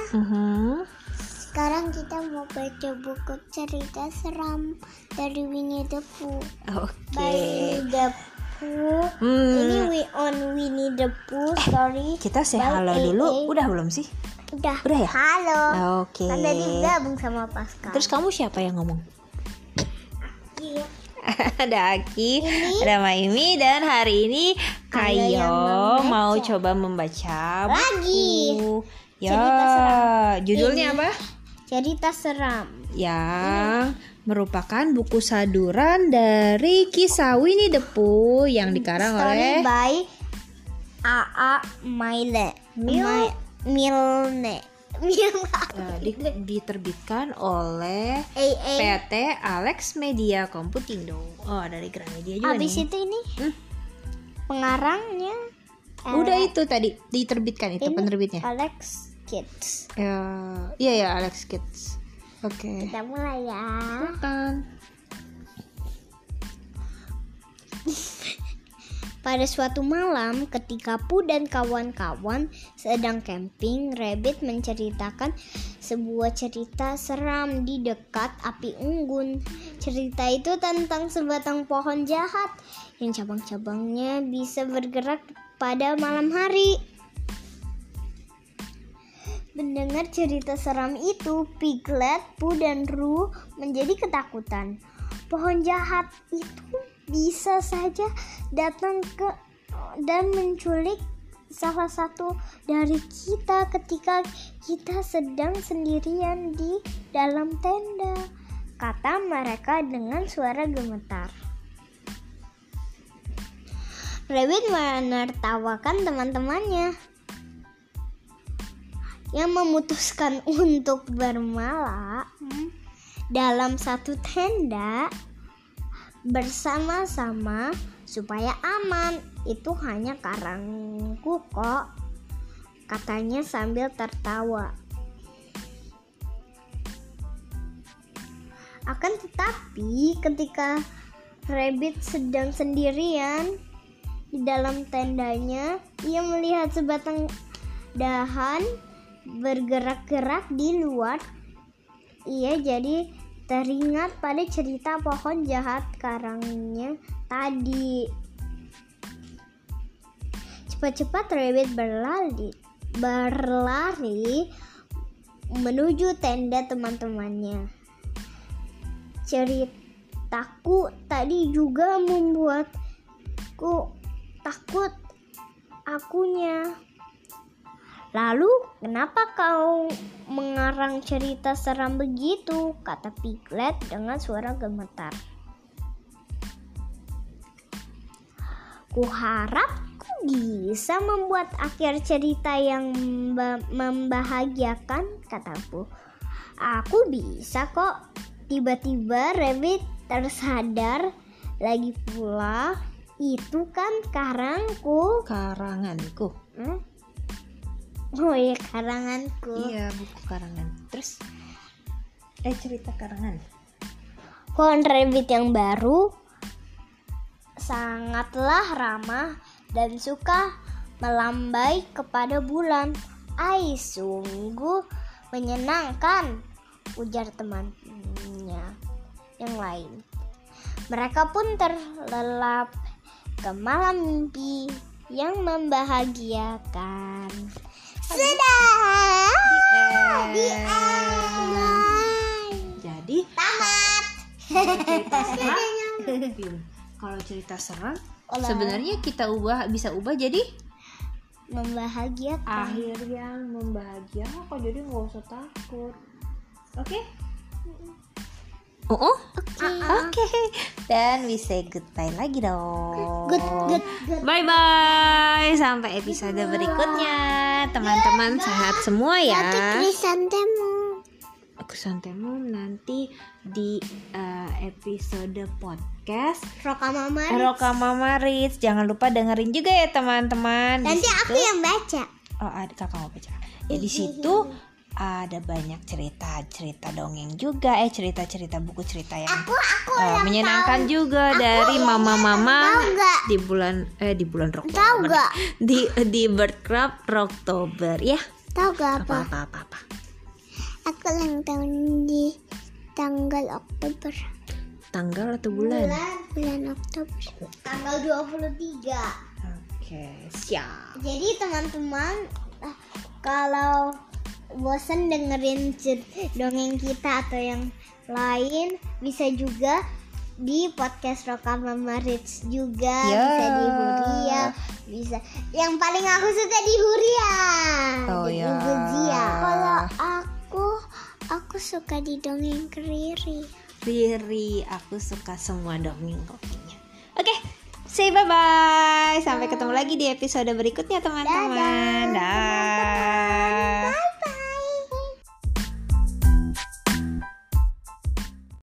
Sekarang kita mau baca buku cerita seram dari Winnie the Pooh. By Winnie the Pooh. Ini Winnie the Pooh story. Kita say halo dulu. Udah belum sih? Udah ya? Halo. Oke. Kan tadi gabung sama Pascal. Terus kamu siapa yang ngomong? Iya. Ada Aki, ada Maimi, dan hari ini Kayo mau coba membaca buku. Lagi. Ya, Cerita seram. judulnya apa? Cerita seram. Yang merupakan buku saduran dari kisah Winnie the Pooh yang dikarang oleh Story by A.A. Milne. Diterbitkan oleh PT Alex Media Computing. Oh, dari Gramedia juga. Habis nih. itu ini pengarangnya Udah itu tadi diterbitkan itu penerbitnya. Alex Kids. Iya Alex Kids. Oke. Kita mulai ya. Silakan. Pada suatu malam, ketika Pooh dan kawan-kawan sedang camping, Rabbit menceritakan sebuah cerita seram di dekat api unggun. Cerita itu tentang sebatang pohon jahat yang cabang-cabangnya bisa bergerak pada malam hari. Mendengar cerita seram itu, Piglet, Pooh, dan Roo menjadi ketakutan. Pohon jahat itu bisa saja datang ke dan menculik salah satu dari kita ketika kita sedang sendirian di dalam tenda, kata mereka dengan suara gemetar. Rabbit menertawakan teman-temannya yang memutuskan untuk bermalam dalam satu tenda bersama-sama supaya aman. Itu hanya karangku kok, katanya sambil tertawa. Akan tetapi ketika Rabbit sedang sendirian di dalam tendanya, ia melihat sebatang dahan bergerak-gerak di luar. Ia jadi teringat pada cerita pohon jahat karangnya tadi. Cepat-cepat Rabbit berlari menuju tenda teman-temannya. Ceritaku tadi juga membuatku takut akunya. Lalu, kenapa kau mengarang cerita seram begitu? Kata Piglet dengan suara gemetar. Kuharap ku bisa membuat akhir cerita yang membahagiakan, kata Pooh. Aku bisa kok. Tiba-tiba Rabbit tersadar, lagi pula itu kan karanganku. Oh iya, karanganku. Iya, buku karangan. Terus cerita karangan. Pohon Rabbit yang baru sangatlah ramah dan suka melambai kepada bulan. Ai, sungguh menyenangkan, ujar temannya yang lain. Mereka pun terlelap ke malam mimpi yang membahagiakan. Sudah. Jadi tamat. Kalau cerita seram sebenarnya kita bisa ubah jadi membahagiakan. Akhir yang membahagiakan. Jadi nggak usah takut. Oke? Oke. Dan we say goodbye lagi dong. Good. Bye bye. Sampai episode berikutnya. Teman-teman sehat semua ya. Krisantemo nanti di episode podcast Roka Mama Ritz. Jangan lupa dengerin juga ya teman-teman. Nanti aku yang baca. Oh, ada kakak mau baca. Ya di situ ada banyak cerita dongeng juga, cerita buku cerita yang menyenangkan juga dari mama-mama di bulan Oktober. Di Bird Club Rocktober ya. Tahu gak apa? Apa. Aku ulang tahun di tanggal Oktober. Tanggal atau bulan? Bulan Oktober. Tanggal 23. Oke, siap. Jadi teman-teman, kalau bosan dengerin dongeng kita atau yang lain, bisa juga di podcast Roka Mama Rich juga, bisa di Huria, bisa. Yang paling aku suka di Huria. Oh di ya. Kalau aku suka di dongeng Riri. Riri, aku suka semua dongeng kopinya. Oke, say bye-bye. Sampai ketemu lagi di episode berikutnya teman-teman. Dah.